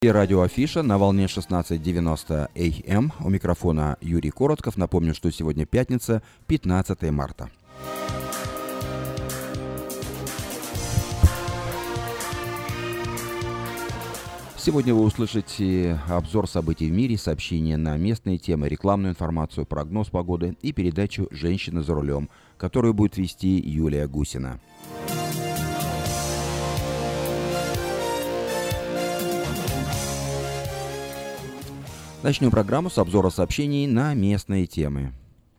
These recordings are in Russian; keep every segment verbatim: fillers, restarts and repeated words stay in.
И радио Афиша на волне шестнадцать девяносто эй эм. У микрофона Юрий Коротков. Напомню, что сегодня пятница, пятнадцатое марта. Сегодня вы услышите обзор событий в мире, сообщения на местные темы, рекламную информацию, прогноз погоды и передачу «Женщина за рулем», которую будет вести Юлия Гусина. Начнем программу с обзора сообщений на местные темы.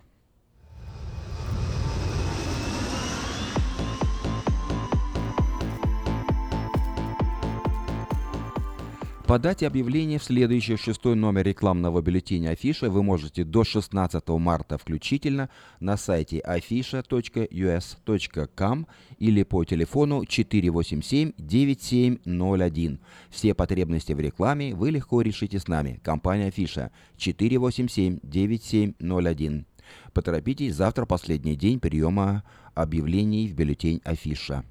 Подать объявление в следующий шестой номер рекламного бюллетеня Афиша вы можете до шестнадцатого марта включительно на сайте афиша точка ю эс точка ком или по телефону четыре восемь семь девять семь ноль один. Все потребности в рекламе вы легко решите с нами. Компания Афиша четыре восемь семь девять семь ноль один. Поторопитесь, завтра последний день приема объявлений в бюллетень Афиша.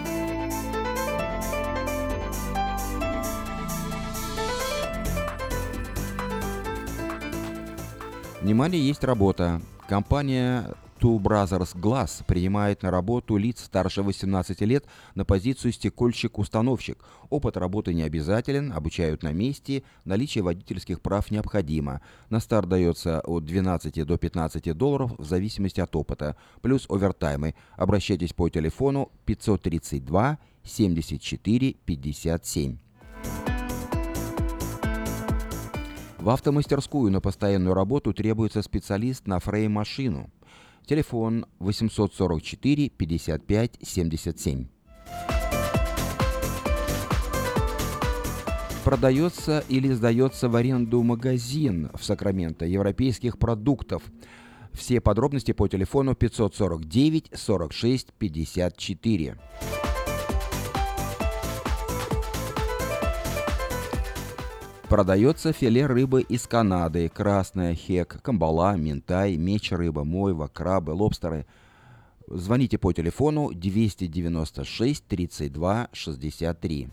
Внимание, есть работа. Компания Two Brothers Glass принимает на работу лиц старше восемнадцати лет на позицию стекольщик-установщик. Опыт работы не обязателен, обучают на месте, наличие водительских прав необходимо. На старт дается от двенадцати до пятнадцати долларов в зависимости от опыта, плюс овертаймы. Обращайтесь по телефону пятьсот тридцать два семьдесят четыре пятьдесят семь. В автомастерскую на постоянную работу требуется специалист на фрейм-машину. Телефон восемьсот сорок четыре пятьдесят пять семьдесят семь. Продается или сдается в аренду магазин в Сакраменто европейских продуктов. Все подробности по телефону пятьсот сорок девять сорок шесть пятьдесят четыре. Продается филе рыбы из Канады, красная, хек, камбала, минтай, меч рыба, мойва, крабы, лобстеры. Звоните по телефону двести девяносто шесть тридцать два шестьдесят три.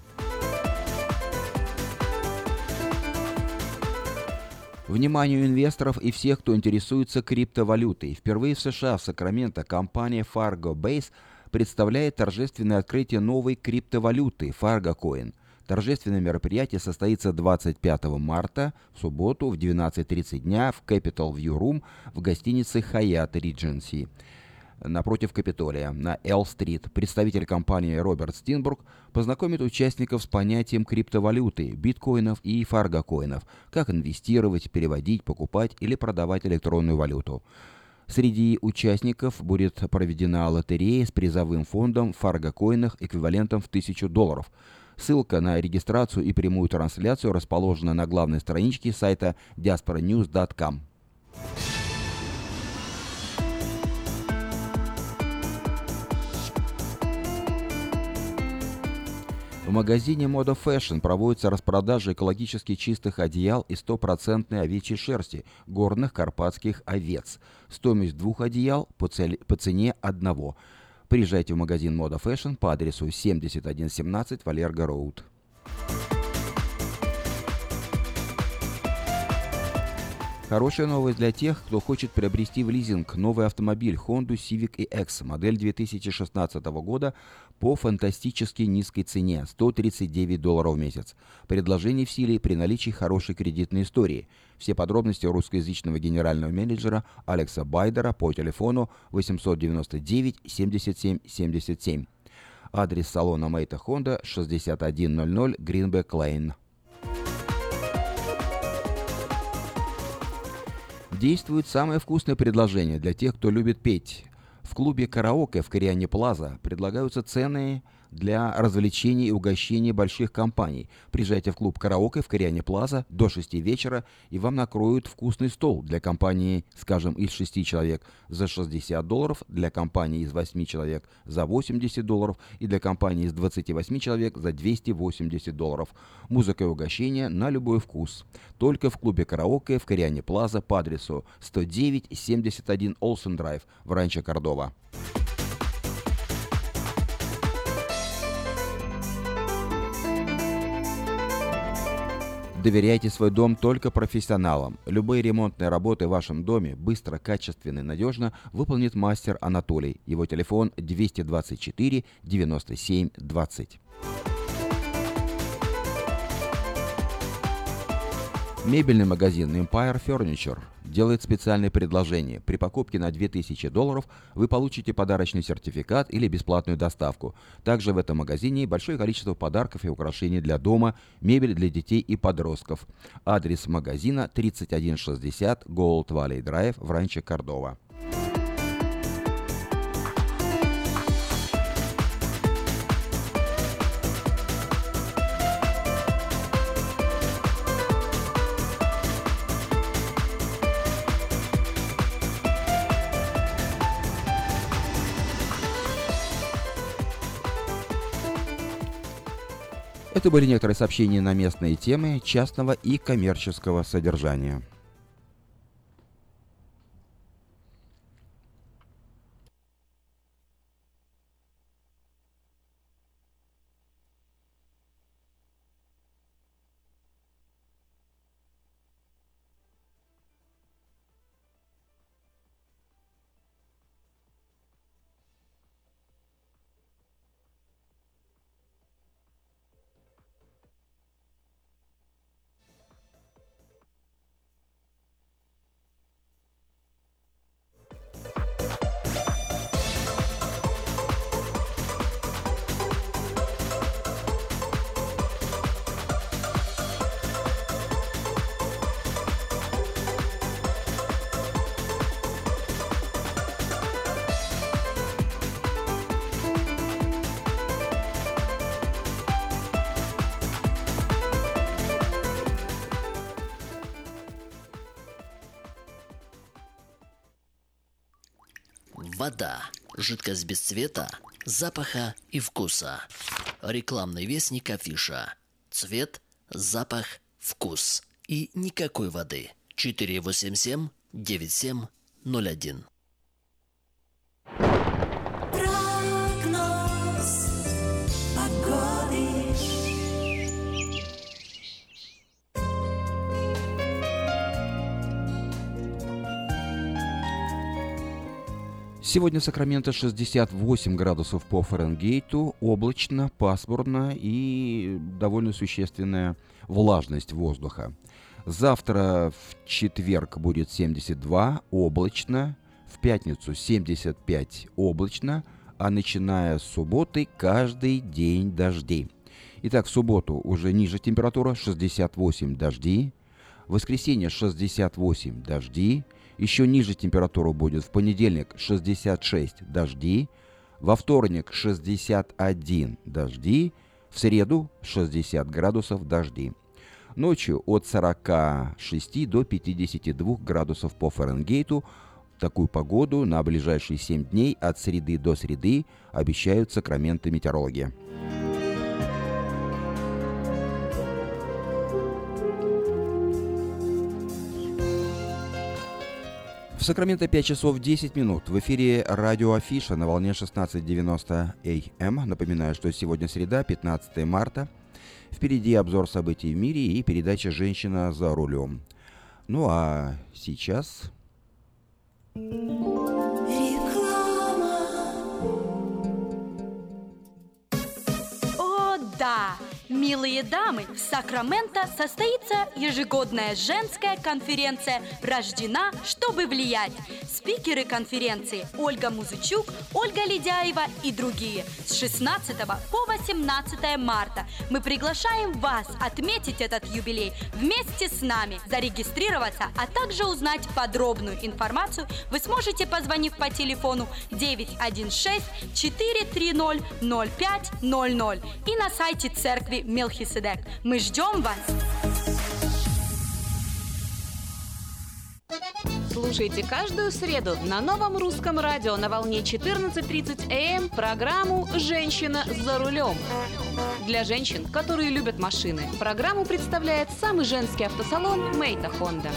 Вниманию инвесторов и всех, кто интересуется криптовалютой. Впервые в США, в Сакраменто, компания Fargo Base представляет торжественное открытие новой криптовалюты Fargo Coin. Торжественное мероприятие состоится двадцать пятого марта, в субботу, в двенадцать тридцать дня в Capital View Room в гостинице Hyatt Regency напротив Капитолия на Эл-стрит. Представитель компании Роберт Стинбург познакомит участников с понятием криптовалюты, биткоинов и фаргокоинов, как инвестировать, переводить, покупать или продавать электронную валюту. Среди участников будет проведена лотерея с призовым фондом в фаргокоинах эквивалентом в тысячу долларов. Ссылка на регистрацию и прямую трансляцию расположена на главной страничке сайта диаспора ньюс точка ком. В магазине Moda Fashion проводится распродажа экологически чистых одеял из стопроцентной овечьей шерсти горных карпатских овец. Стоимость двух одеял по, цели, по цене одного. Приезжайте в магазин Moda Fashion по адресу семьдесят один семнадцать Валерго Роуд. Хорошая новость для тех, кто хочет приобрести в лизинг новый автомобиль Honda Civic и X, модель две тысячи шестнадцатого года по фантастически низкой цене – сто тридцать девять долларов в месяц. Предложение в силе при наличии хорошей кредитной истории. Все подробности у русскоязычного генерального менеджера Алекса Байдера по телефону восемьсот девяносто девять семьдесят семь семьдесят семь. Адрес салона Мэйта Honda шестьдесят один ноль ноль Гринбек Лейн. Действует самое вкусное предложение для тех, кто любит петь. В клубе «Караоке» в Кориане Плаза предлагаются цены для развлечений и угощений больших компаний. Приезжайте в клуб «Караоке» в Кориане Плаза до шести вечера, и вам накроют вкусный стол для компании, скажем, из шести человек за шестьдесят долларов, для компании из восьми человек за восемьдесят долларов и для компании из двадцати восьми человек за двести восемьдесят долларов. Музыка и угощения на любой вкус. Только в клубе «Караоке» в Кориане Плаза по адресу сто девять семьдесят один Олсен Драйв в Ранчо Кордова. Доверяйте свой дом только профессионалам. Любые ремонтные работы в вашем доме быстро, качественно и надежно выполнит мастер Анатолий. Его телефон двести двадцать четыре девяносто семь двадцать. Мебельный магазин Empire Furniture делает специальное предложение. При покупке на две тысячи долларов вы получите подарочный сертификат или бесплатную доставку. Также в этом магазине большое количество подарков и украшений для дома, мебель для детей и подростков. Адрес магазина тридцать один шестьдесят Gold Valley Drive в Ранчо Кордова. Это были некоторые сообщения на местные темы частного и коммерческого содержания. Вода. Жидкость без цвета, запаха и вкуса. Рекламный вестник афиша. Цвет, запах, вкус. И никакой воды. четыре восемь семь девять семь ноль один. Сегодня Сакраменто шестьдесят восемь градусов по Фаренгейту, облачно, пасмурно и довольно существенная влажность воздуха. Завтра в четверг будет семьдесят два, облачно, в пятницу семьдесят пять, облачно, а начиная с субботы каждый день дожди. Итак, в субботу уже ниже температура, шестьдесят восемь дожди, в воскресенье шестьдесят восемь дожди, еще ниже температура будет в понедельник шестьдесят шесть дожди, во вторник шестьдесят один дожди, в среду шестьдесят градусов дожди. Ночью от сорока шести до пятидесяти двух градусов по Фаренгейту. Такую погоду на ближайшие семь дней от среды до среды обещают Сакраменто метеорологи. В Сакраменто пять часов десять минут. В эфире радио Афиша на волне шестнадцать девяносто эй эм. Напоминаю, что сегодня среда, пятнадцатое марта. Впереди обзор событий в мире и передача «Женщина за рулем». Ну а сейчас... О, да! Милые дамы, в Сакраменто состоится ежегодная женская конференция «Рождена, чтобы влиять». Спикеры конференции Ольга Музычук, Ольга Ледяева и другие. С шестнадцатого по восемнадцатое марта мы приглашаем вас отметить этот юбилей вместе с нами. Зарегистрироваться, а также узнать подробную информацию вы сможете, позвонив по телефону девять один шесть четыре три ноль ноль пять ноль ноль и на сайте церкви Мелхиседек. Мы ждем вас! Слушайте каждую среду на новом русском радио на волне четырнадцать тридцать эй эм программу «Женщина за рулем». Для женщин, которые любят машины, программу представляет самый женский автосалон «Мейта Хонда».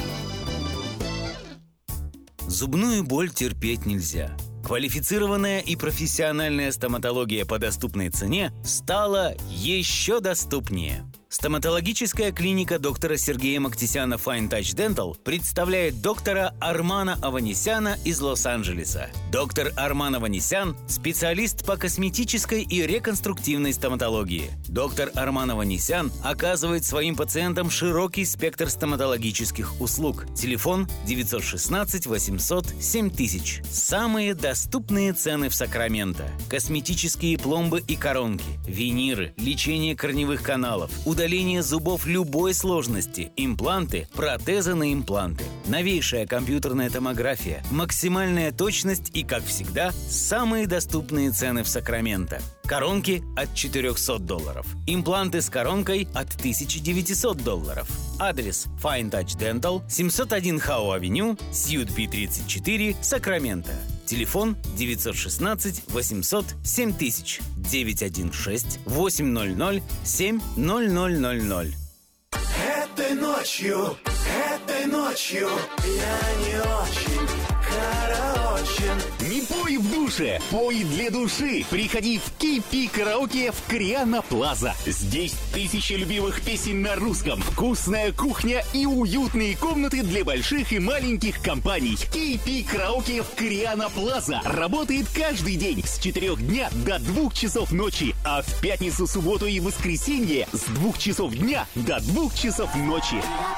Зубную боль терпеть нельзя. Квалифицированная и профессиональная стоматология по доступной цене стала еще доступнее. Стоматологическая клиника доктора Сергея Мактисяна Fine Touch Dental представляет доктора Армана Аванесяна из Лос-Анджелеса. Доктор Арман Аванесян – специалист по косметической и реконструктивной стоматологии. Доктор Арман Аванесян оказывает своим пациентам широкий спектр стоматологических услуг. Телефон девятьсот шестнадцать восемьсот семь тысяч. Самые доступные цены в Сакраменто. Косметические пломбы и коронки, виниры, лечение корневых каналов, удаление зубов любой сложности, импланты, протезы на импланты, новейшая компьютерная томография, максимальная точность и, как всегда, самые доступные цены в Сакраменто. Коронки от четырехсот долларов. Импланты с коронкой от тысяча девятьсот долларов. Адрес Fine Touch Dental, семьсот один Хау-авеню, Сьют Би тридцать четыре, Сакраменто. Телефон девятьсот шестнадцать восемьсот семь тысяч, девятьсот шестнадцать восемьсот семь ноль ноль ноль ноль. Этой ночью, этой ночью я не очень караочен. Не пой в душе, пой для души. Приходи в кей пи Караоке в Криана Плаза. Здесь тысячи любимых песен на русском, вкусная кухня и уютные комнаты для больших и маленьких компаний. кей пи Караоке в Криана Плаза работает каждый день с четырёх дня до двух часов ночи, а в пятницу, субботу и воскресенье с двух часов дня до двух часов ночи.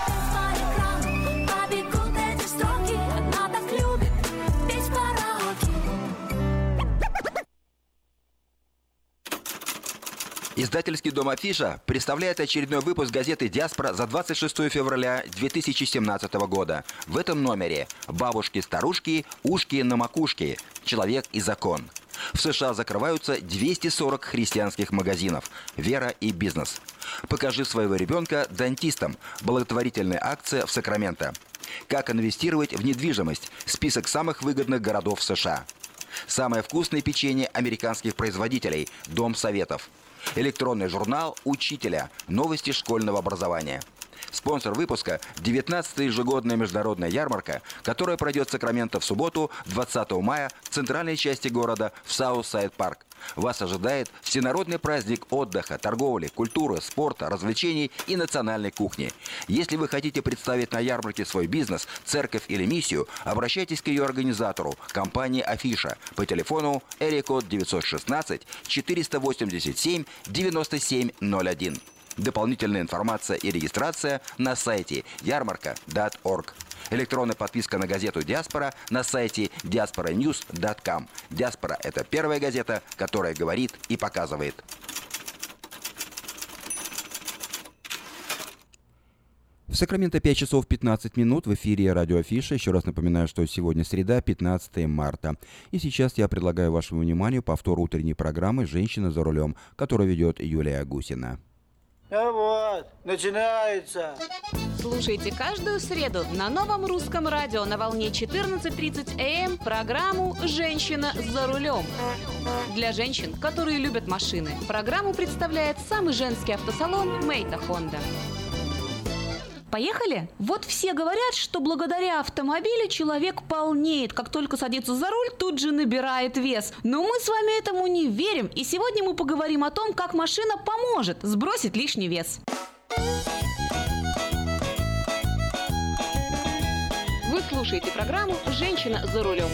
Издательский дом «Афиша» представляет очередной выпуск газеты «Диаспора» за двадцать шестое февраля две тысячи семнадцатого года. В этом номере «Бабушки-старушки, ушки на макушке. Человек и закон». В США закрываются двести сорок христианских магазинов. Вера и бизнес. «Покажи своего ребенка дантистам». Благотворительная акция в Сакраменто. Как инвестировать в недвижимость. Список самых выгодных городов США. Самое вкусное печенье американских производителей. Дом советов. Электронный журнал «Учителя». Новости школьного образования. Спонсор выпуска – девятнадцатая ежегодная международная ярмарка, которая пройдет в Сакраменто в субботу, двадцатого мая, в центральной части города, в Саут-Сайд-парк. Вас ожидает всенародный праздник отдыха, торговли, культуры, спорта, развлечений и национальной кухни. Если вы хотите представить на ярмарке свой бизнес, церковь или миссию, обращайтесь к ее организатору, компании «Афиша», по телефону эрикод девятьсот шестнадцать четыреста восемьдесят семь девяносто семь ноль один. Дополнительная информация и регистрация на сайте ярмарка точка орг. Электронная подписка на газету «Диаспора» на сайте диаспора ньюс точка ком. «Диаспора» — это первая газета, которая говорит и показывает. В Сакраменто пять часов пятнадцать минут, в эфире радио Афиша. Еще раз напоминаю, что сегодня среда, пятнадцатое марта. И сейчас я предлагаю вашему вниманию повтор утренней программы «Женщина за рулем», которую ведет Юлия Гусина. А вот, начинается. Слушайте каждую среду на новом русском радио на волне четырнадцать тридцать эй эм программу «Женщина за рулем». Для женщин, которые любят машины, программу представляет самый женский автосалон «Мейта Хонда». Поехали? Вот все говорят, что благодаря автомобилю человек полнеет. Как только садится за руль, тут же набирает вес. Но мы с вами этому не верим. И сегодня мы поговорим о том, как машина поможет сбросить лишний вес. Вы слушаете программу «Женщина за рулем».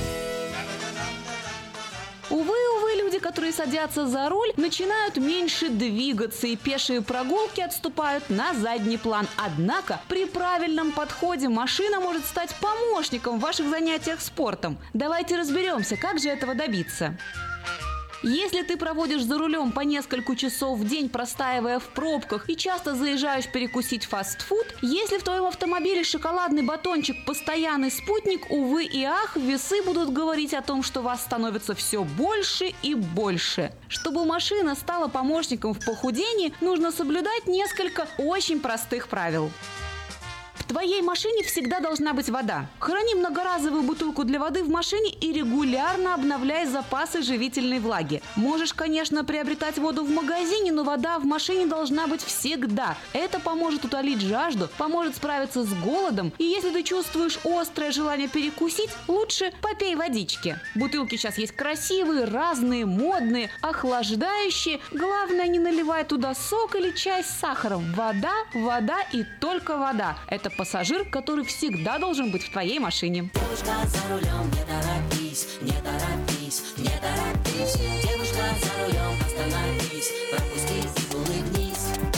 Увы, увы, люди, которые садятся за руль, начинают меньше двигаться, и пешие прогулки отступают на задний план. Однако при правильном подходе машина может стать помощником в ваших занятиях спортом. Давайте разберемся, как же этого добиться. Если ты проводишь за рулем по несколько часов в день, простаивая в пробках, и часто заезжаешь перекусить фастфуд, если в твоем автомобиле шоколадный батончик постоянный спутник, увы и ах, весы будут говорить о том, что вас становится все больше и больше. Чтобы машина стала помощником в похудении, нужно соблюдать несколько очень простых правил. твоей машине всегда должна быть вода. Храни многоразовую бутылку для воды в машине и регулярно обновляй запасы живительной влаги. Можешь, конечно, приобретать воду в магазине, но вода в машине должна быть всегда. Это поможет утолить жажду, поможет справиться с голодом. И если ты чувствуешь острое желание перекусить, лучше попей водички. Бутылки сейчас есть красивые, разные, модные, охлаждающие. Главное, не наливай туда сок или чай с сахаром. Вода, вода и только вода. Это пассажир, который всегда должен быть в твоей машине. Девушка за рулем, не торопись, не торопись, не торопись. Девушка за рулем, остановись, пропусти и улыбнись.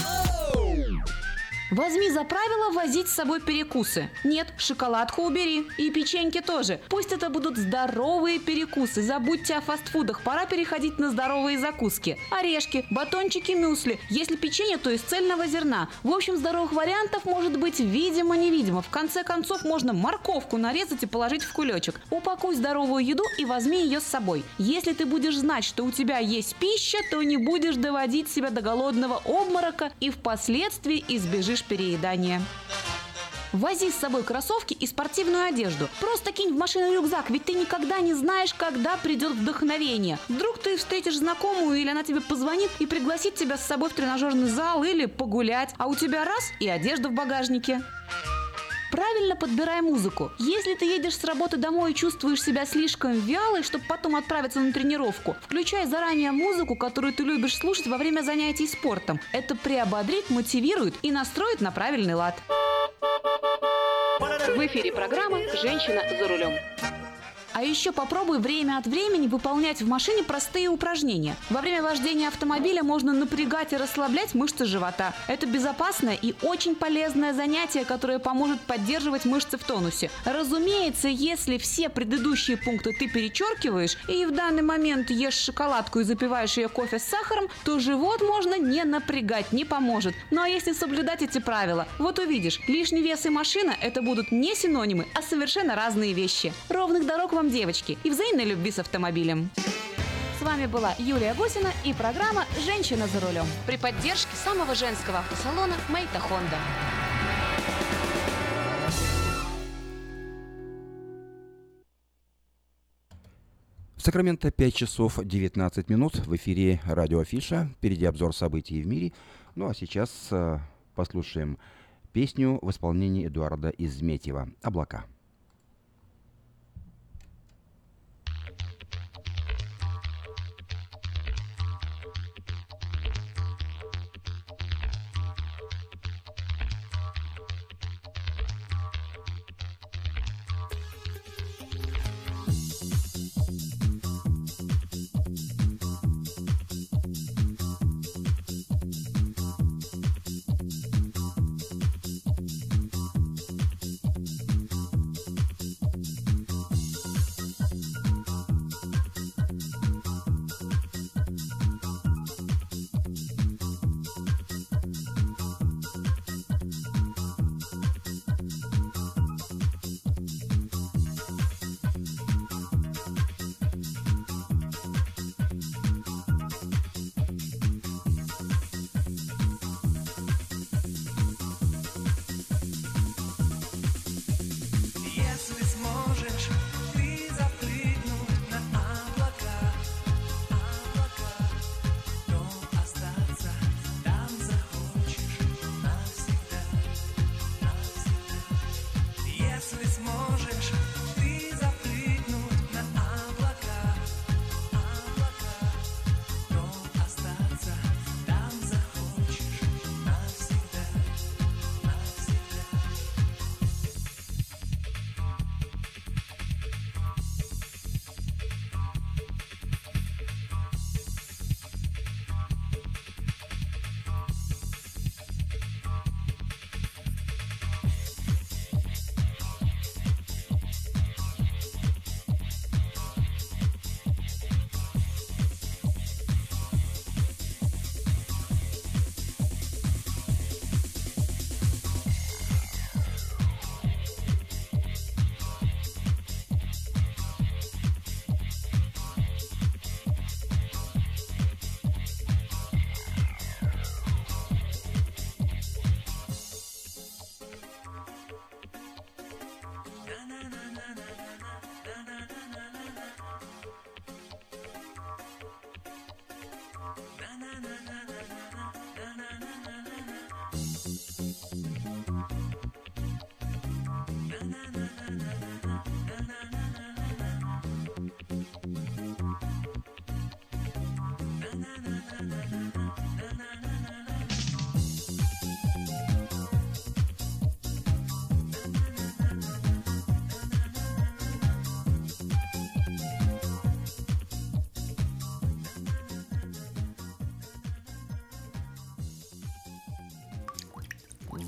Возьми за правило возить с собой перекусы. Нет, шоколадку убери. И печеньки тоже. Пусть это будут здоровые перекусы. Забудьте о фастфудах. Пора переходить на здоровые закуски. Орешки, батончики, мюсли. Если печенье, то из цельного зерна. В общем, здоровых вариантов может быть видимо-невидимо. В конце концов, можно морковку нарезать и положить в кулечек. Упакуй здоровую еду и возьми ее с собой. Если ты будешь знать, что у тебя есть пища, то не будешь доводить себя до голодного обморока и впоследствии избежишь переедания. Вози с собой кроссовки и спортивную одежду. Просто кинь в машину рюкзак, ведь ты никогда не знаешь, когда придет вдохновение. Вдруг ты встретишь знакомую, или она тебе позвонит и пригласит тебя с собой в тренажерный зал или погулять, а у тебя раз и одежда в багажнике. Правильно подбирай музыку. Если ты едешь с работы домой и чувствуешь себя слишком вялой, чтобы потом отправиться на тренировку, включай заранее музыку, которую ты любишь слушать во время занятий спортом. Это приободрит, мотивирует и настроит на правильный лад. В эфире программа «Женщина за рулем». А еще попробуй время от времени выполнять в машине простые упражнения. Во время вождения автомобиля можно напрягать и расслаблять мышцы живота. Это безопасное и очень полезное занятие, которое поможет поддерживать мышцы в тонусе. Разумеется, если все предыдущие пункты ты перечеркиваешь и в данный момент ешь шоколадку и запиваешь ее кофе с сахаром, то живот можно не напрягать, не поможет. Ну а если соблюдать эти правила, вот увидишь, лишний вес и машина – это будут не синонимы, а совершенно разные вещи. Ровных дорог вам, девочки, и взаимной любви с автомобилем. С вами была Юлия Гусина и программа «Женщина за рулем» при поддержке самого женского автосалона «Мэйта Хонда». В Сакраменто пять часов девятнадцать минут. В эфире радио Афиша. Впереди обзор событий в мире. Ну а сейчас э, послушаем песню в исполнении Эдуарда Изметьева «Облака».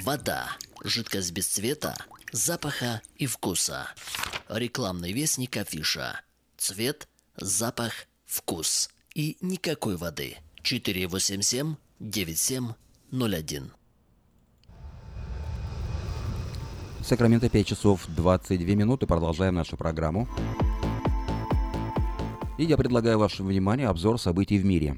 Вода. Жидкость без цвета, запаха и вкуса. Рекламный вестник Афиша. Цвет, запах, вкус. И никакой воды. четыре восемь семь девять семь ноль один. Сакраменто, пять часов двадцать две минуты. Продолжаем нашу программу. И я предлагаю вашему вниманию обзор событий в мире.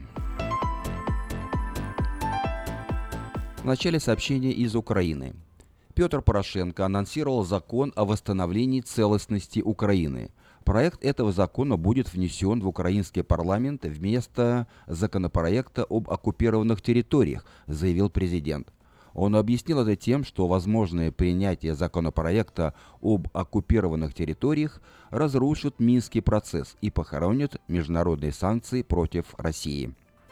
В начале сообщения из Украины. Петр Порошенко анонсировал закон о восстановлении целостности Украины. Проект этого закона будет внесен в украинский парламент вместо законопроекта об оккупированных территориях, заявил президент. Он объяснил это тем, что возможное принятие законопроекта об оккупированных территориях разрушит Минский процесс и похоронит международные санкции против России.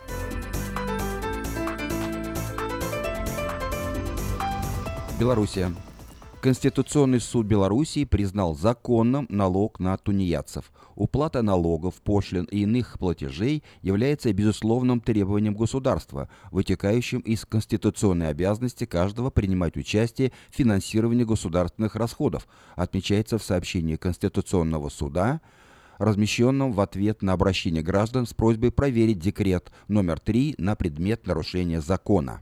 Белоруссия. Конституционный суд Белоруссии признал законным налог на тунеядцев. Уплата налогов, пошлин и иных платежей является безусловным требованием государства, вытекающим из конституционной обязанности каждого принимать участие в финансировании государственных расходов, отмечается в сообщении Конституционного суда, размещенном в ответ на обращение граждан с просьбой проверить декрет номер три на предмет нарушения закона.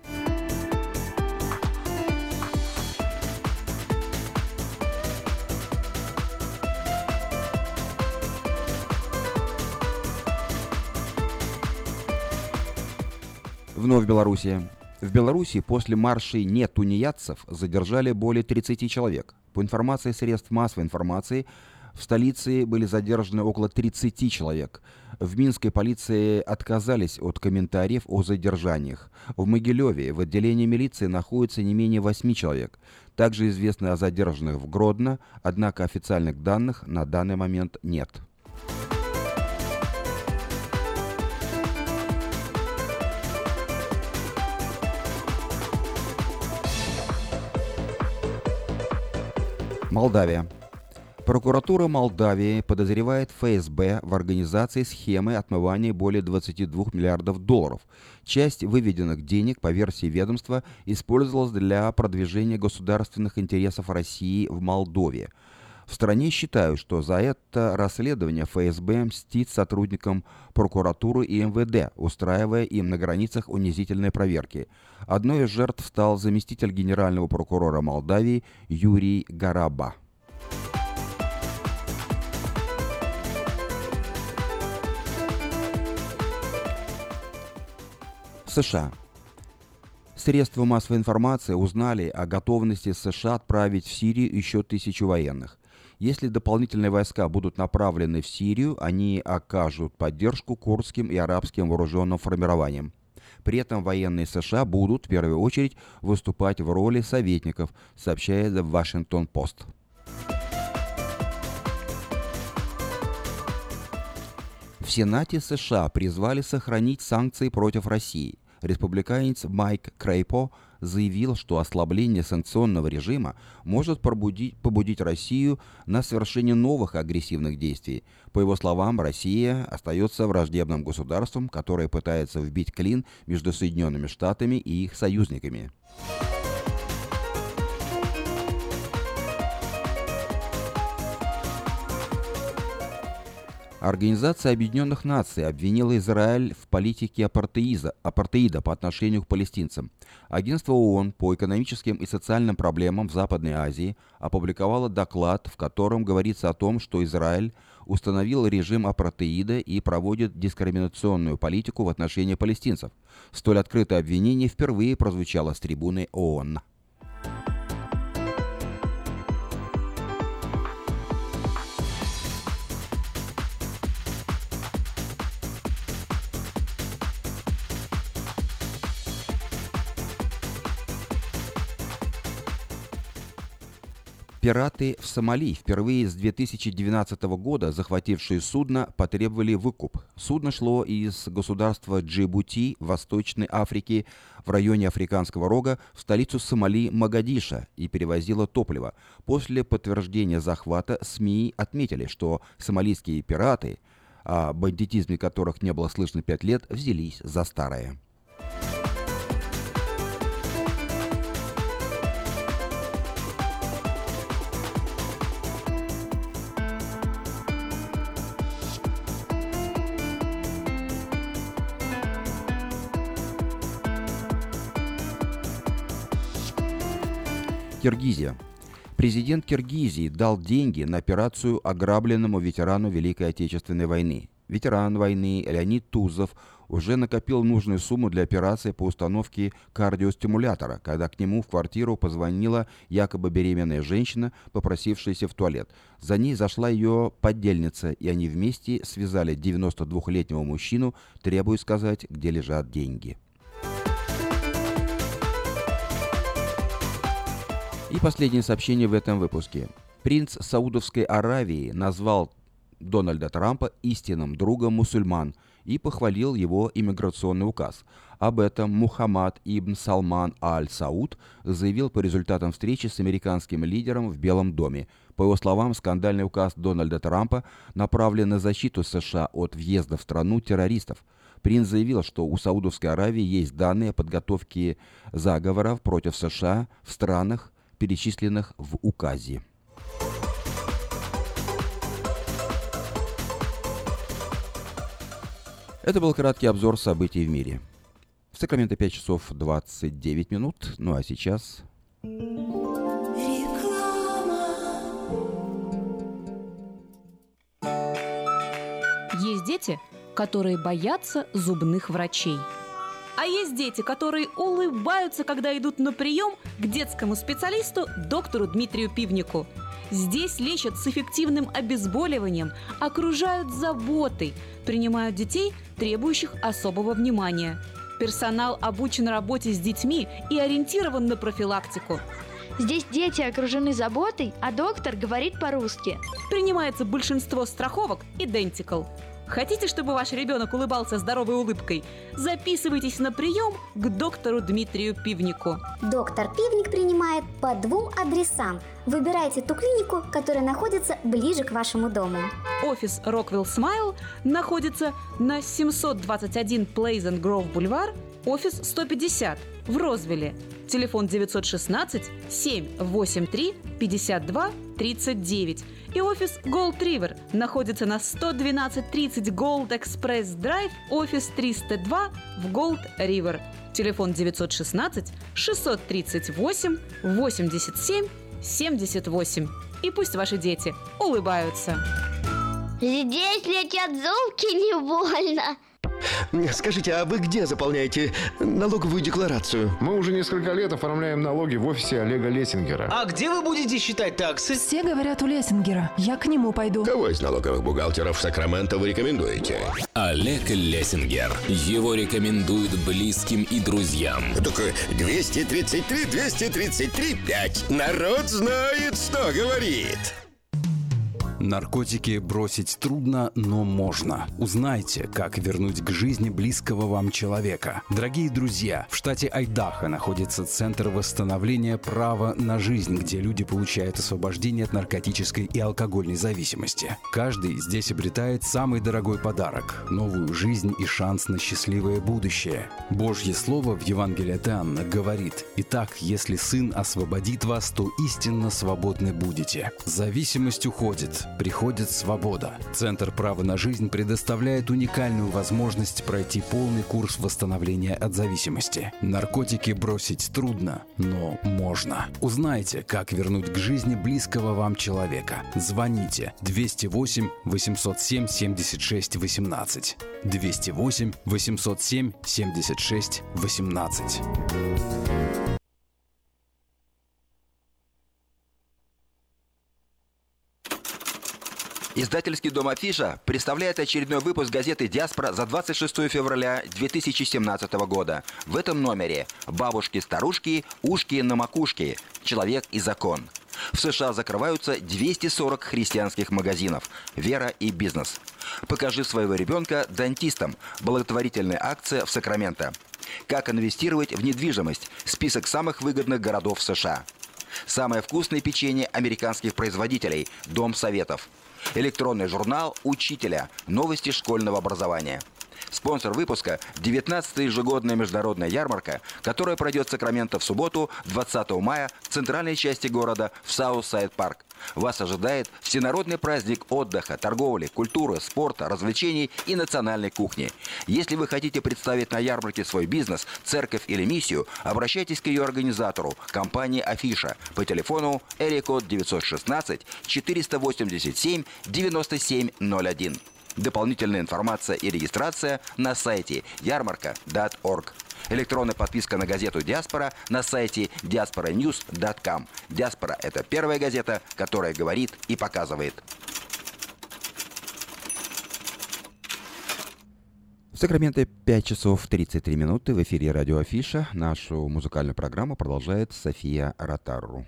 Вновь Белоруссия. В Беларуси после маршей «Нет тунеядцев» задержали более тридцати человек. По информации средств массовой информации, в столице были задержаны около тридцати человек. В Минской полиции отказались от комментариев о задержаниях. В Могилеве в отделении милиции находится не менее восьми человек. Также известно о задержанных в Гродно, однако официальных данных на данный момент нет. Молдавия. Прокуратура Молдавии подозревает эф эс бэ в организации схемы отмывания более двадцати двух миллиардов долларов. Часть выведенных денег, по версии ведомства, использовалась для продвижения государственных интересов России в Молдове. В стране считают, что за это расследование эф эс бэ мстит сотрудникам прокуратуры и эм вэ дэ, устраивая им на границах унизительные проверки. Одной из жертв стал заместитель генерального прокурора Молдавии Юрий Гараба. США. Средства массовой информации узнали о готовности США отправить в Сирию еще тысячу военных. Если дополнительные войска будут направлены в Сирию, они окажут поддержку курдским и арабским вооруженным формированиям. При этом военные США будут в первую очередь выступать в роли советников, сообщает The Washington Post. В Сенате США призвали сохранить санкции против России. Республиканец Майк Крейпо заявил, что ослабление санкционного режима может побудить, побудить Россию на совершение новых агрессивных действий. По его словам, Россия остается враждебным государством, которое пытается вбить клин между Соединенными Штатами и их союзниками. Организация Объединенных Наций обвинила Израиль в политике апартеиза, апартеида по отношению к палестинцам. Агентство ООН по экономическим и социальным проблемам в Западной Азии опубликовало доклад, в котором говорится о том, что Израиль установил режим апартеида и проводит дискриминационную политику в отношении палестинцев. Столь открытое обвинение впервые прозвучало с трибуны ООН. Пираты в Сомали, впервые с две тысячи двенадцатого года захватившие судно, потребовали выкуп. Судно шло из государства Джибути в Восточной Африке в районе Африканского рога в столицу Сомали Могадишо и перевозило топливо. После подтверждения захвата СМИ отметили, что сомалийские пираты, о бандитизме которых не было слышно пять лет, взялись за старое. Киргизия. Президент Киргизии дал деньги на операцию ограбленному ветерану Великой Отечественной войны. Ветеран войны Леонид Тузов уже накопил нужную сумму для операции по установке кардиостимулятора, когда к нему в квартиру позвонила якобы беременная женщина, попросившаяся в туалет. За ней зашла ее поддельница, и они вместе связали девяностодвухлетнего мужчину, требуя сказать, где лежат деньги. И последнее сообщение в этом выпуске. Принц Саудовской Аравии назвал Дональда Трампа истинным другом мусульман и похвалил его иммиграционный указ. Об этом Мухаммад ибн Салман аль-Сауд заявил по результатам встречи с американским лидером в Белом доме. По его словам, скандальный указ Дональда Трампа направлен на защиту США от въезда в страну террористов. Принц заявил, что у Саудовской Аравии есть данные о подготовке заговоров против США в странах, перечисленных в указе. Это был краткий обзор событий в мире. В Сакраменто пять часов двадцать девять минут. Ну а сейчас... Есть дети, которые боятся зубных врачей. А есть дети, которые улыбаются, когда идут на прием к детскому специалисту доктору Дмитрию Пивнику. Здесь лечат с эффективным обезболиванием, окружают заботой, принимают детей, требующих особого внимания. Персонал обучен работе с детьми и ориентирован на профилактику. Здесь дети окружены заботой, а доктор говорит по-русски. Принимается большинство страховок Identical. Хотите, чтобы ваш ребенок улыбался здоровой улыбкой? Записывайтесь на прием к доктору Дмитрию Пивнику. Доктор Пивник принимает по двум адресам. Выбирайте ту клинику, которая находится ближе к вашему дому. Офис Rockwell Smile находится на семьсот двадцать один Pleasant Grove Boulevard, офис сто пятьдесят в Розвилле. Телефон девятьсот шестнадцать семь восемь три пятьдесят два тридцать девять. И офис Gold River находится на сто двенадцать тридцать Gold Express Drive, офис триста два в Gold River. Телефон девятьсот шестнадцать шестьсот тридцать восемь восемьдесят семь семьдесят восемь. И пусть ваши дети улыбаются. Здесь летят зубки, не больно. Скажите, а вы где заполняете налоговую декларацию? Мы уже несколько лет оформляем налоги в офисе Олега Лессингера. А где вы будете считать таксы? Все говорят у Лессингера. Я к нему пойду. Кого из налоговых бухгалтеров Сакраменто вы рекомендуете? Олег Лессингер. Его рекомендуют близким и друзьям. Так двести тридцать три двести тридцать три пять. Народ знает, что говорит. Наркотики бросить трудно, но можно. Узнайте, как вернуть к жизни близкого вам человека. Дорогие друзья, в штате Айдахо находится Центр восстановления права на жизнь, где люди получают освобождение от наркотической и алкогольной зависимости. Каждый здесь обретает самый дорогой подарок – новую жизнь и шанс на счастливое будущее. Божье Слово в Евангелии от Иоанна говорит: «Итак, если Сын освободит вас, то истинно свободны будете». Зависимость уходит. Приходит свобода. Центр права на жизнь предоставляет уникальную возможность пройти полный курс восстановления от зависимости. Наркотики бросить трудно, но можно. Узнайте, как вернуть к жизни близкого вам человека. Звоните двести восемь восемьсот семь семьдесят шесть восемнадцать. двести восемь восемьсот семь семьдесят шесть восемнадцать. Издательский дом «Афиша» представляет очередной выпуск газеты «Диаспора» за двадцать шестое февраля две тысячи семнадцатого года. В этом номере «Бабушки-старушки, ушки на макушке. Человек и закон». В США закрываются двести сорок христианских магазинов. Вера и бизнес. «Покажи своего ребенка дантистам». Благотворительная акция в Сакраменто. Как инвестировать в недвижимость. Список самых выгодных городов США. Самое вкусное печенье американских производителей. Дом советов. Электронный журнал «Учителя». Новости школьного образования. Спонсор выпуска – девятнадцатая ежегодная международная ярмарка, которая пройдет в Сакраменто в субботу, двадцатого мая, в центральной части города, в Саутсайд-парк. Вас ожидает всенародный праздник отдыха, торговли, культуры, спорта, развлечений и национальной кухни. Если вы хотите представить на ярмарке свой бизнес, церковь или миссию, обращайтесь к ее организатору, компании «Афиша», по телефону эрикод девятьсот шестнадцать четыреста восемьдесят семь девяносто семь ноль один. Дополнительная информация и регистрация на сайте ярмарка точка орг. Электронная подписка на газету «Диаспора» на сайте диаспора ньюс точка ком. «Диаспора» — это первая газета, которая говорит и показывает. В Сакраменто пять часов тридцать три минуты. В эфире радио Афиша. Нашу музыкальную программу продолжает София Ротару.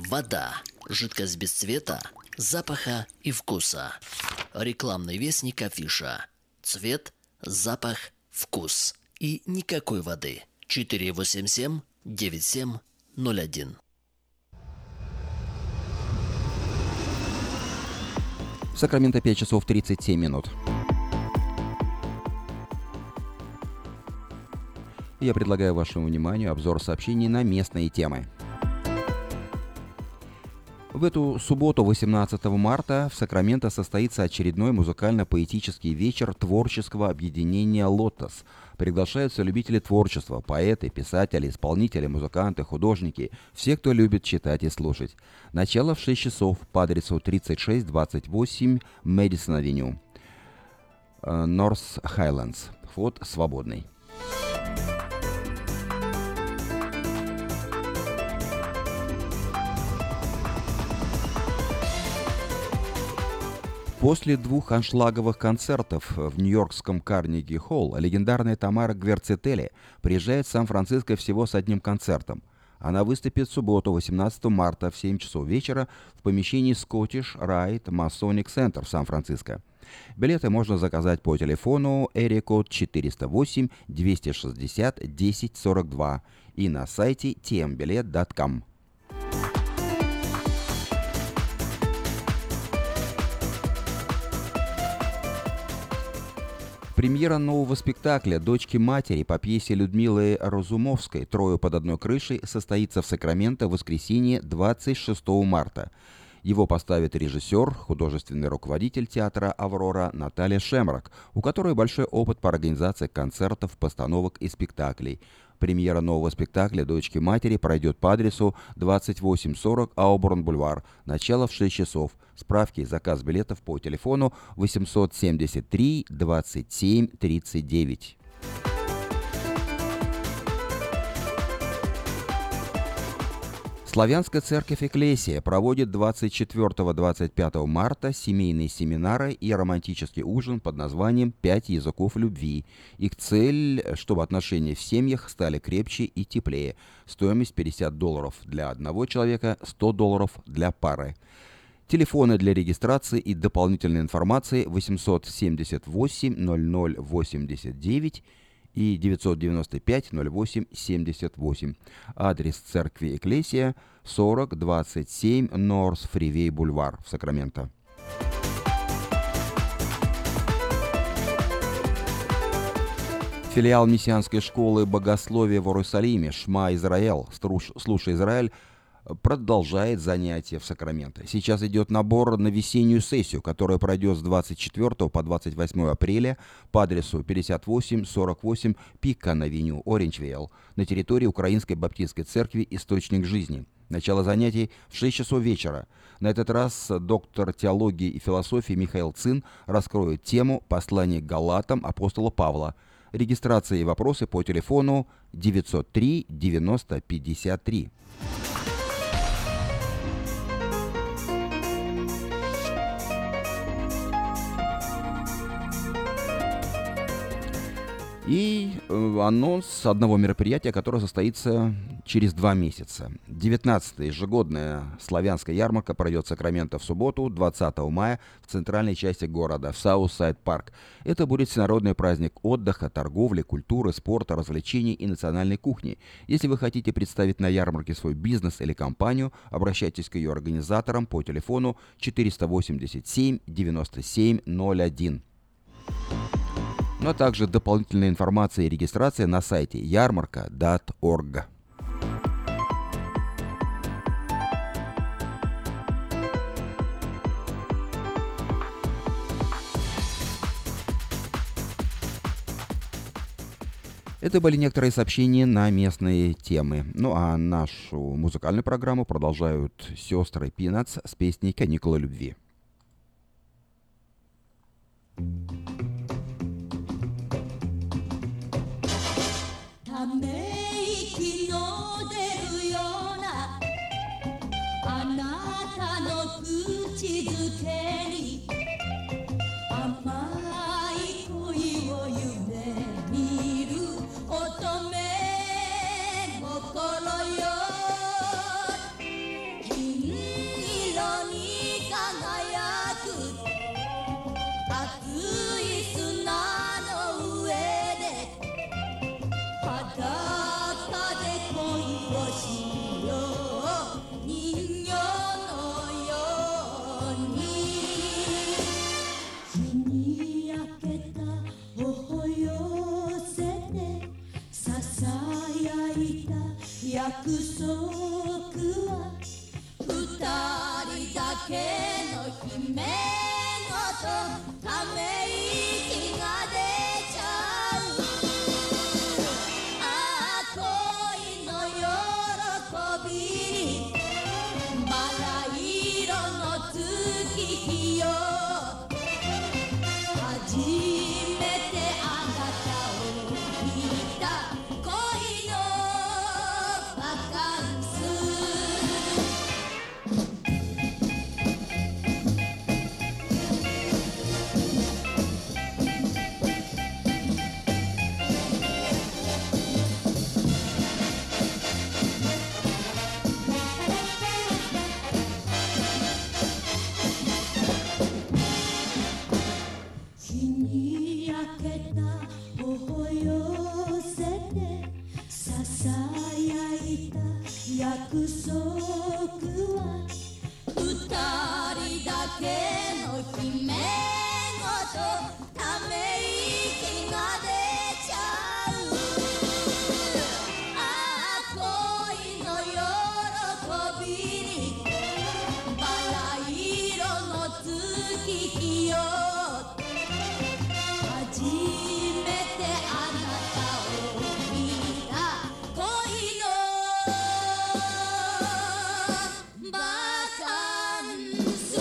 Вода. Жидкость без цвета, запаха и вкуса. Рекламный вестник Афиша. Цвет, запах, вкус. И никакой воды. четыре восемь семь девять семь ноль один. В Сакраменто пять часов тридцать семь минут. Я предлагаю вашему вниманию обзор сообщений на местные темы. В эту субботу, восемнадцатого марта, в Сакраменто состоится очередной музыкально-поэтический вечер творческого объединения «Лотос». Приглашаются любители творчества, поэты, писатели, исполнители, музыканты, художники, все, кто любит читать и слушать. Начало в шесть часов по адресу тридцать шесть двадцать восемь Мэдисон-авеню, Норс Хайлендс. Вход свободный. После двух аншлаговых концертов в нью-йоркском Карнеги-холл легендарная Тамара Гверцетели приезжает в Сан-Франциско всего с одним концертом. Она выступит в субботу, восемнадцатого марта в семь часов вечера в помещении Scottish Rite Masonic Center в Сан-Франциско. Билеты можно заказать по телефону эрикод четыреста восемь двести шестьдесят десять сорок два и на сайте ти эм билет точка ком. Премьера нового спектакля «Дочки матери» по пьесе Людмилы Разумовской «Трое под одной крышей» состоится в Сакраменто в воскресенье двадцать шестого марта. Его поставит режиссер, художественный руководитель театра «Аврора» Наталья Шемрак, у которой большой опыт по организации концертов, постановок и спектаклей. Премьера нового спектакля «Дочки матери» пройдет по адресу двадцать восемь сорок Ауборн-бульвар. Начало в шесть часов. Справки и заказ билетов по телефону восемьсот семьдесят три двадцать семь тридцать девять. Славянская церковь Экклесия проводит двадцать четвёртого — двадцать пятого марта семейные семинары и романтический ужин под названием «Пять языков любви». Их цель, чтобы отношения в семьях стали крепче и теплее. Стоимость пятьдесят долларов для одного человека, сто долларов для пары. Телефоны для регистрации и дополнительной информации восемьсот семьдесят восемь ноль ноль восемьдесят девять и девятьсот девяносто пять ноль восемь семьдесят восемь. Адрес церкви Экклесия сорок двадцать семь Норс Фривей Бульвар в Сакраменто. Филиал мессианской школы богословия в Иерусалиме «Шма Израэл», «Слушай, Израиль», продолжает занятия в Сакраменто. Сейчас идет набор на весеннюю сессию, которая пройдет с двадцать четвёртого по двадцать восьмое апреля по адресу пятьдесят восемь сорок восемь Пикан-авеню, Ориндж-Вейл, на территории Украинской Баптистской церкви «Источник жизни». Начало занятий в шесть часов вечера. На этот раз доктор теологии и философии Михаил Цин раскроет тему «Послание к Галатам» апостола Павла. Регистрация и вопросы по телефону девятьсот три девяносто пятьдесят три. И э, анонс одного мероприятия, которое состоится через два месяца. девятнадцатая ежегодная славянская ярмарка пройдет в Сакраменто в субботу, двадцатого мая, в центральной части города, в Саутсайд Парк. Это будет всенародный праздник отдыха, торговли, культуры, спорта, развлечений и национальной кухни. Если вы хотите представить на ярмарке свой бизнес или компанию, обращайтесь к ее организаторам по телефону четыреста восемьдесят семь девяносто семь ноль один. Ну а также дополнительная информация и регистрация на сайте ярмарка точка орг. Это были некоторые сообщения на местные темы. Ну а нашу музыкальную программу продолжают сестры Пинатс с песней «Каникулы любви». King 約束は二人だけの姫ごとため息が出ちゃうああ恋の喜びバラ色の月日よ初めてあなたを見た恋のバカンス日に焼けた頬寄せてささやいた約束は二人だけの姫ごとため息が出ちゃうああ恋の喜びにバラ色の月日よ初めてあなたを見た恋のバカンス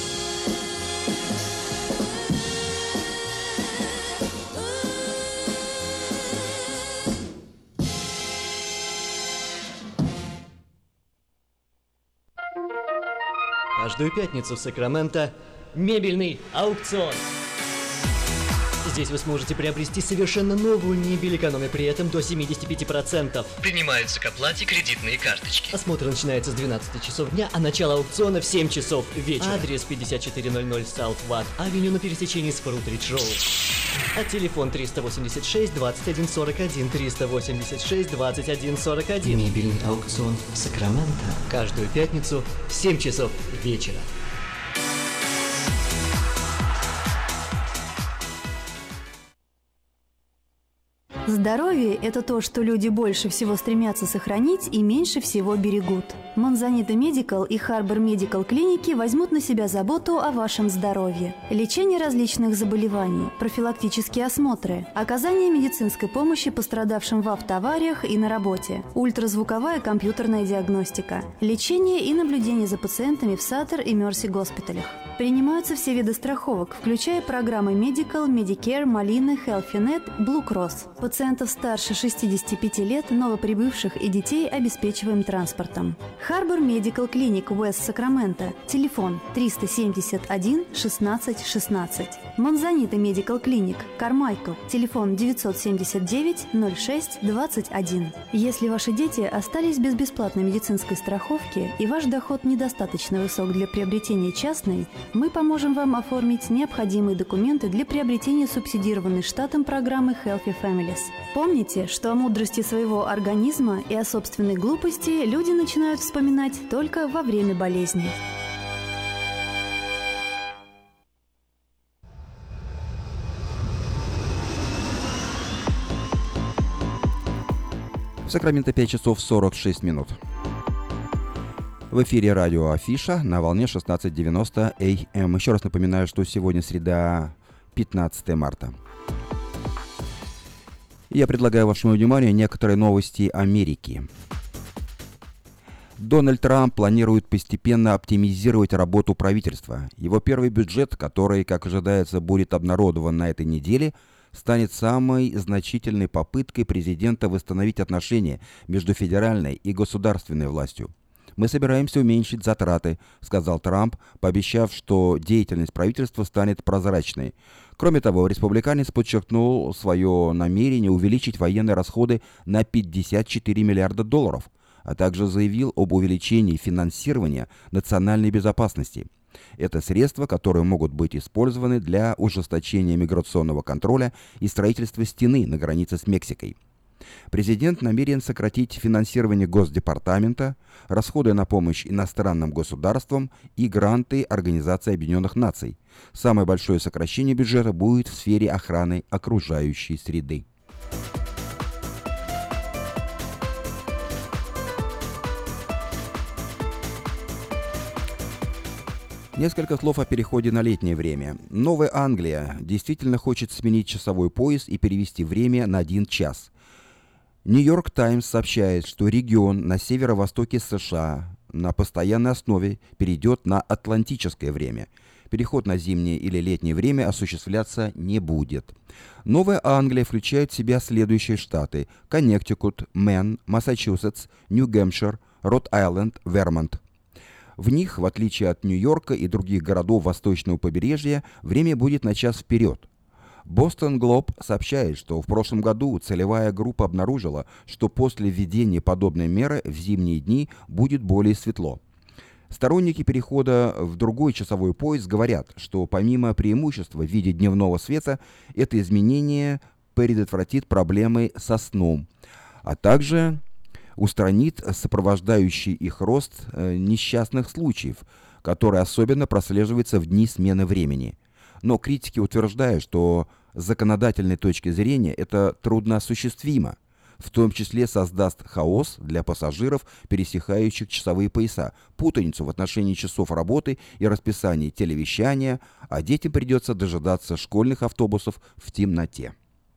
Каждую пятницу в Сакраменто мебельный аукцион. Здесь вы сможете приобрести совершенно новую мебель, экономя при этом до семьдесят пять процентов. Принимаются к оплате кредитные карточки. Осмотр начинается с двенадцати часов дня, а начало аукциона в семь часов вечера. Адрес пятьдесят четыре ноль ноль South Watt Авеню на пересечении с Фрутридж Роуд. А телефон триста восемьдесят шесть двадцать один сорок один, триста восемьдесят шесть двадцать один сорок один. Мебельный аукцион Сакраменто. Каждую пятницу в семь часов вечера. Здоровье – это то, что люди больше всего стремятся сохранить и меньше всего берегут. Монзанита Медикал и Харбор Медикал клиники возьмут на себя заботу о вашем здоровье. Лечение различных заболеваний, профилактические осмотры, оказание медицинской помощи пострадавшим в автоавариях и на работе, ультразвуковая компьютерная диагностика, лечение и наблюдение за пациентами в Саттер и Мерси госпиталях. Принимаются все виды страховок, включая программы Medical, Medicare, Molina, HealthyNet, Blue Cross. Пациентов старше шестидесяти пяти лет, новоприбывших и детей обеспечиваем транспортом. Харбор Медикал Клиник, Уэст Сакраменто. Телефон триста семьдесят один шестнадцать шестнадцать. Монзанита Медикал Клиник, Кармайкл. Телефон девятьсот семьдесят девять ноль шесть двадцать один. Если ваши дети остались без бесплатной медицинской страховки и ваш доход недостаточно высок для приобретения частной, мы поможем вам оформить необходимые документы для приобретения субсидированной штатом программы Healthy Families. Помните, что о мудрости своего организма и о собственной глупости люди начинают вспоминать только во время болезни. В Сакраменто пять часов сорок шесть минут. В эфире радио Афиша на волне шестнадцать девяносто эй эм. Еще раз напоминаю, что сегодня среда, пятнадцатое марта. Я предлагаю вашему вниманию некоторые новости Америки. Дональд Трамп планирует постепенно оптимизировать работу правительства. Его первый бюджет, который, как ожидается, будет обнародован на этой неделе, станет самой значительной попыткой президента восстановить отношения между федеральной и государственной властью. «Мы собираемся уменьшить затраты», — сказал Трамп, пообещав, что деятельность правительства станет прозрачной. Кроме того, республиканец подчеркнул свое намерение увеличить военные расходы на пятьдесят четыре миллиарда долларов, а также заявил об увеличении финансирования национальной безопасности. Это средства, которые могут быть использованы для ужесточения миграционного контроля и строительства стены на границе с Мексикой. Президент намерен сократить финансирование Госдепартамента, расходы на помощь иностранным государствам и гранты Организации Объединенных Наций. Самое большое сокращение бюджета будет в сфере охраны окружающей среды. Несколько слов о переходе на летнее время. Новая Англия действительно хочет сменить часовой пояс и перевести время на один час. Нью-Йорк Таймс сообщает, что регион на северо-востоке США на постоянной основе перейдет на атлантическое время. Переход на зимнее или летнее время осуществляться не будет. Новая Англия включает в себя следующие штаты: Коннектикут, Мэн, Массачусетс, Нью-Гэмпшир, Род-Айленд, Вермонт. В них, в отличие от Нью-Йорка и других городов восточного побережья, время будет на час вперед. Бостон Глоб сообщает, что в прошлом году целевая группа обнаружила, что после введения подобной меры в зимние дни будет более светло. Сторонники перехода в другой часовой пояс говорят, что помимо преимущества в виде дневного света, это изменение предотвратит проблемы со сном, а также устранит сопровождающий их рост э, несчастных случаев, который особенно прослеживается в дни смены времени. Но критики утверждают, что с законодательной точки зрения это трудноосуществимо, в том числе создаст хаос для пассажиров, пересекающих часовые пояса, путаницу в отношении часов работы и расписания телевещания, а детям придется дожидаться школьных автобусов в темноте.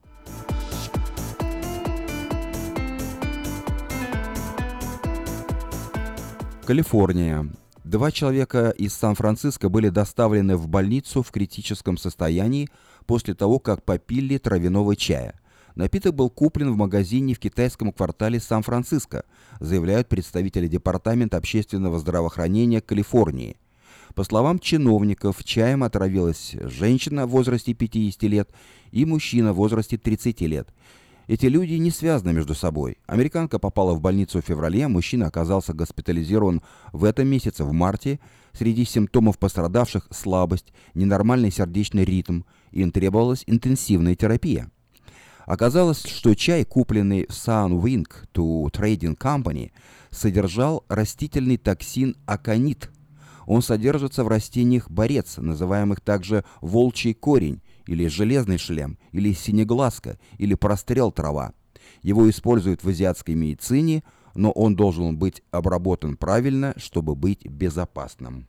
Калифорния. Два человека из Сан-Франциско были доставлены в больницу в критическом состоянии после того, как попили травяного чая. Напиток был куплен в магазине в китайском квартале Сан-Франциско, заявляют представители Департамента общественного здравоохранения Калифорнии. По словам чиновников, чаем отравилась женщина в возрасте пятидесяти лет и мужчина в возрасте тридцати лет. Эти люди не связаны между собой. Американка попала в больницу в феврале, мужчина оказался госпитализирован в этом месяце, в марте. Среди симптомов пострадавших слабость, ненормальный сердечный ритм, им требовалась интенсивная терапия. Оказалось, что чай, купленный в Sunwing to Trading Company, содержал растительный токсин аконит. Он содержится в растениях борец, называемых также волчий корень, или железный шлем, или синеглазка, или прострел трава. Его используют в азиатской медицине, но он должен быть обработан правильно, чтобы быть безопасным.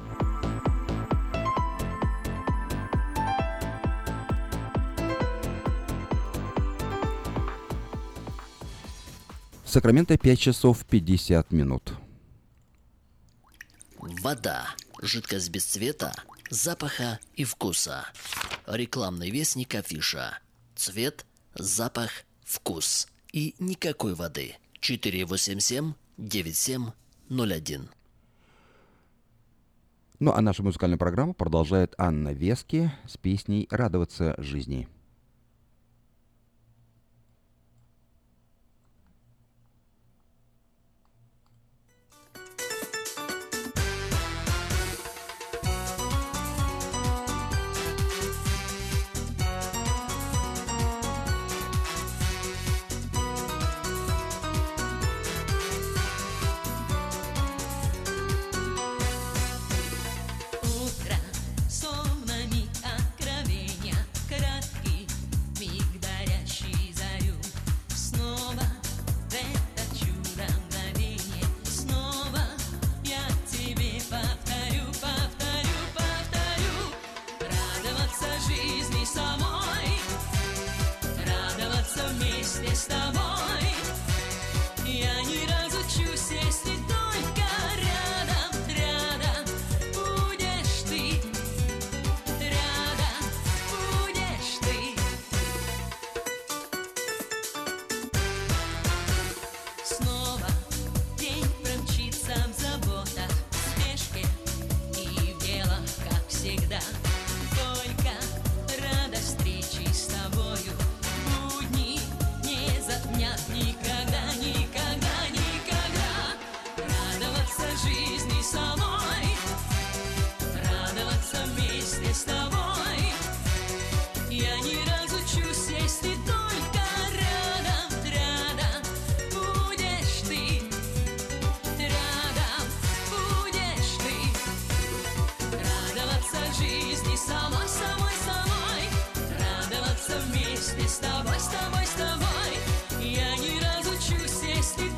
В Сакраменто пять часов пятьдесят минут. Вода. Жидкость без цвета, запаха и вкуса. Рекламный вестник афиша. Цвет, запах, вкус. И никакой воды. четыре восемь семь девять семь ноль один. Ну а нашу музыкальную программу продолжает Анна Вески с песней «Радоваться жизни».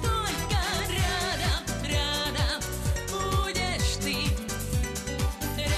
Рядом, рядом будешь ты.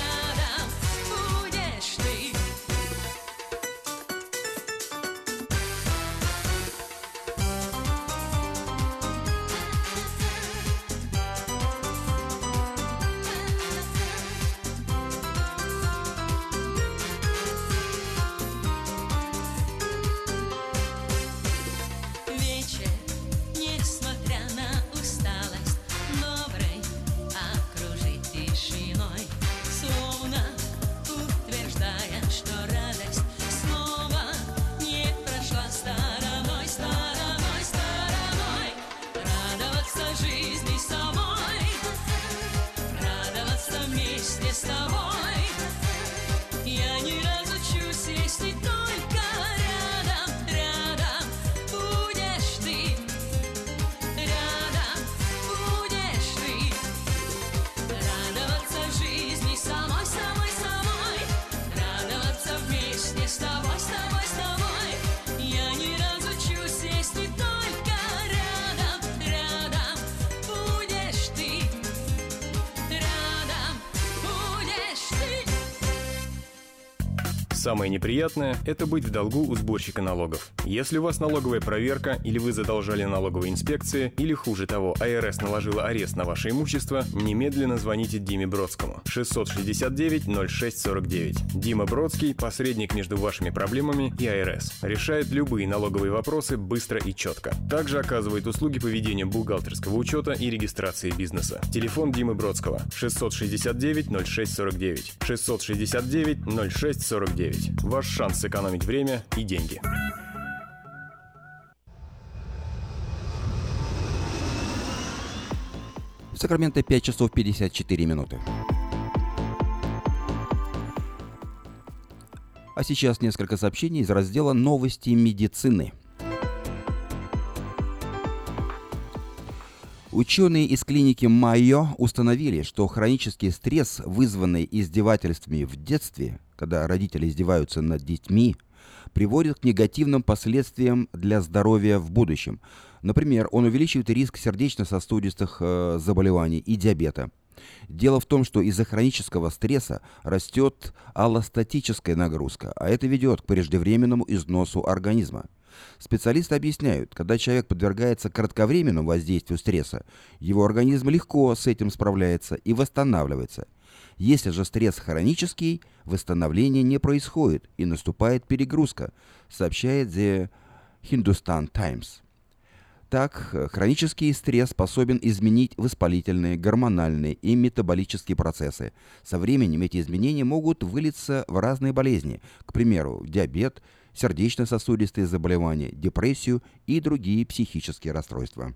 Самое неприятное – это быть в долгу у сборщика налогов. Если у вас налоговая проверка, или вы задолжали налоговой инспекции, или хуже того, А Р С наложила арест на ваше имущество, немедленно звоните Диме Бродскому. шестьсот шестьдесят девять ноль шесть сорок девять. Дима Бродский – посредник между вашими проблемами и А Р С. Решает любые налоговые вопросы быстро и четко. Также оказывает услуги по ведению бухгалтерского учета и регистрации бизнеса. Телефон Димы Бродского – шестьсот шестьдесят девять ноль шесть сорок девять. шестьсот шестьдесят девять ноль шесть сорок девять. Ваш шанс сэкономить время и деньги. В Сакраменто пять часов пятьдесят четыре минуты. А сейчас несколько сообщений из раздела «Новости медицины». Ученые из клиники Майо установили, что хронический стресс, вызванный издевательствами в детстве, когда родители издеваются над детьми, приводит к негативным последствиям для здоровья в будущем. Например, он увеличивает риск сердечно-сосудистых э, заболеваний и диабета. Дело в том, что из-за хронического стресса растет аллостатическая нагрузка, а это ведет к преждевременному износу организма. Специалисты объясняют, когда человек подвергается кратковременному воздействию стресса, его организм легко с этим справляется и восстанавливается. Если же стресс хронический, восстановление не происходит и наступает перегрузка, сообщает The Hindustan Times. Так, хронический стресс способен изменить воспалительные, гормональные и метаболические процессы. Со временем эти изменения могут вылиться в разные болезни, к примеру, диабет, сердечно-сосудистые заболевания, депрессию и другие психические расстройства.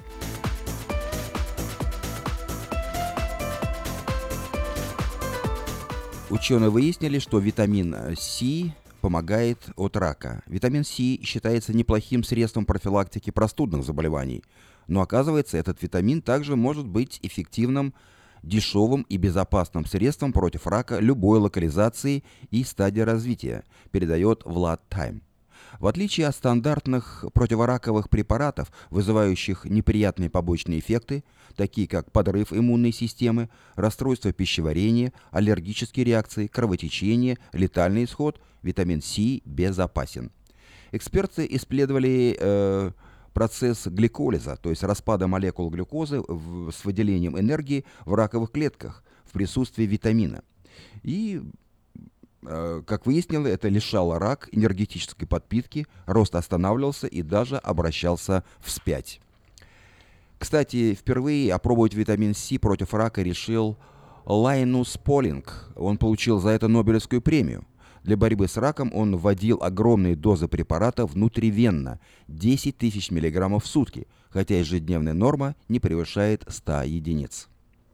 Ученые выяснили, что витамин С помогает от рака. Витамин С считается неплохим средством профилактики простудных заболеваний, но оказывается, этот витамин также может быть эффективным, дешевым и безопасным средством против рака любой локализации и стадии развития, передает Влад Тайм. В отличие от стандартных противораковых препаратов, вызывающих неприятные побочные эффекты, такие как подрыв иммунной системы, расстройство пищеварения, аллергические реакции, кровотечение, летальный исход, витамин С безопасен. Эксперты исследовали э, процесс гликолиза, то есть распада молекул глюкозы в, с выделением энергии в раковых клетках в присутствии витамина. И как выяснилось, это лишало рак энергетической подпитки, рост останавливался и даже обращался вспять. Кстати, впервые опробовать витамин С против рака решил Лайнус Полинг. Он получил за это Нобелевскую премию. Для борьбы с раком он вводил огромные дозы препарата внутривенно – десять тысяч миллиграммов в сутки, хотя ежедневная норма не превышает ста единиц.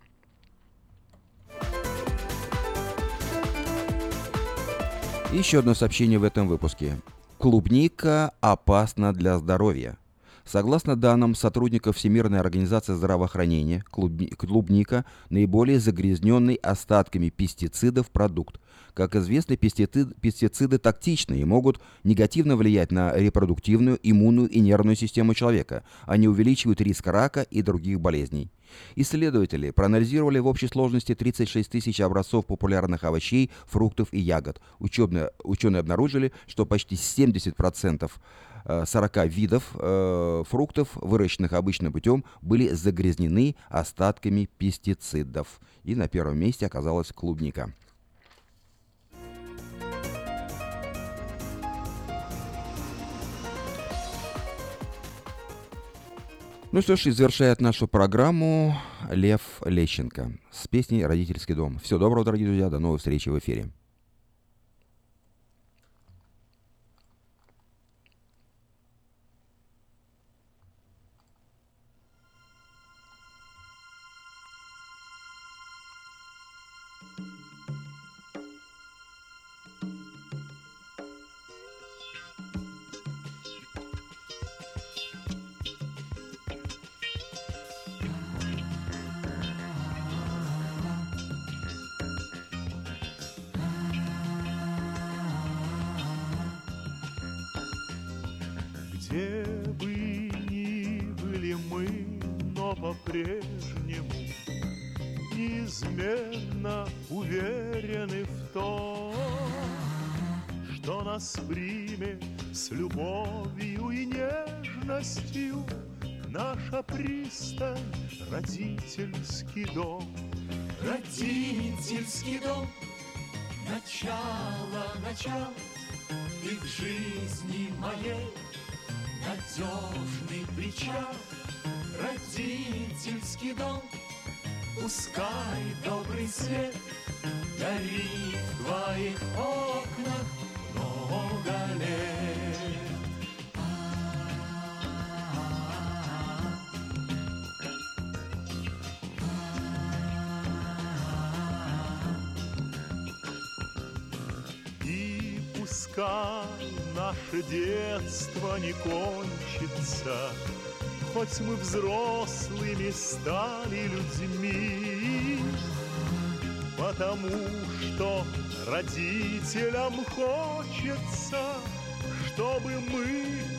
Еще одно сообщение в этом выпуске. Клубника опасна для здоровья. Согласно данным сотрудников Всемирной организации здравоохранения, клубника – наиболее загрязненный остатками пестицидов продукт. Как известно, пестициды, пестициды токсичны и могут негативно влиять на репродуктивную, иммунную и нервную систему человека. Они увеличивают риск рака и других болезней. Исследователи проанализировали в общей сложности тридцать шесть тысяч образцов популярных овощей, фруктов и ягод. Ученые, ученые обнаружили, что почти семьдесят процентов сорок видов э, фруктов, выращенных обычным путем, были загрязнены остатками пестицидов. И на первом месте оказалась клубника. Ну что ж, и завершает нашу программу Лев Лещенко с песней «Родительский дом». Всего доброго, дорогие друзья, до новой встречи в эфире. Где бы ни были мы, но по-прежнему неизменно уверены в том, кто нас примет с любовью и нежностью. Наша пристань, родительский дом. Родительский дом, начало, начало, ты в жизни моей надежный причал. Родительский дом, пускай добрый свет горит в твоих окнах много лет. И пускай наше детство не кончится, хоть мы взрослыми стали людьми, потому что родителям хочется, чтобы мы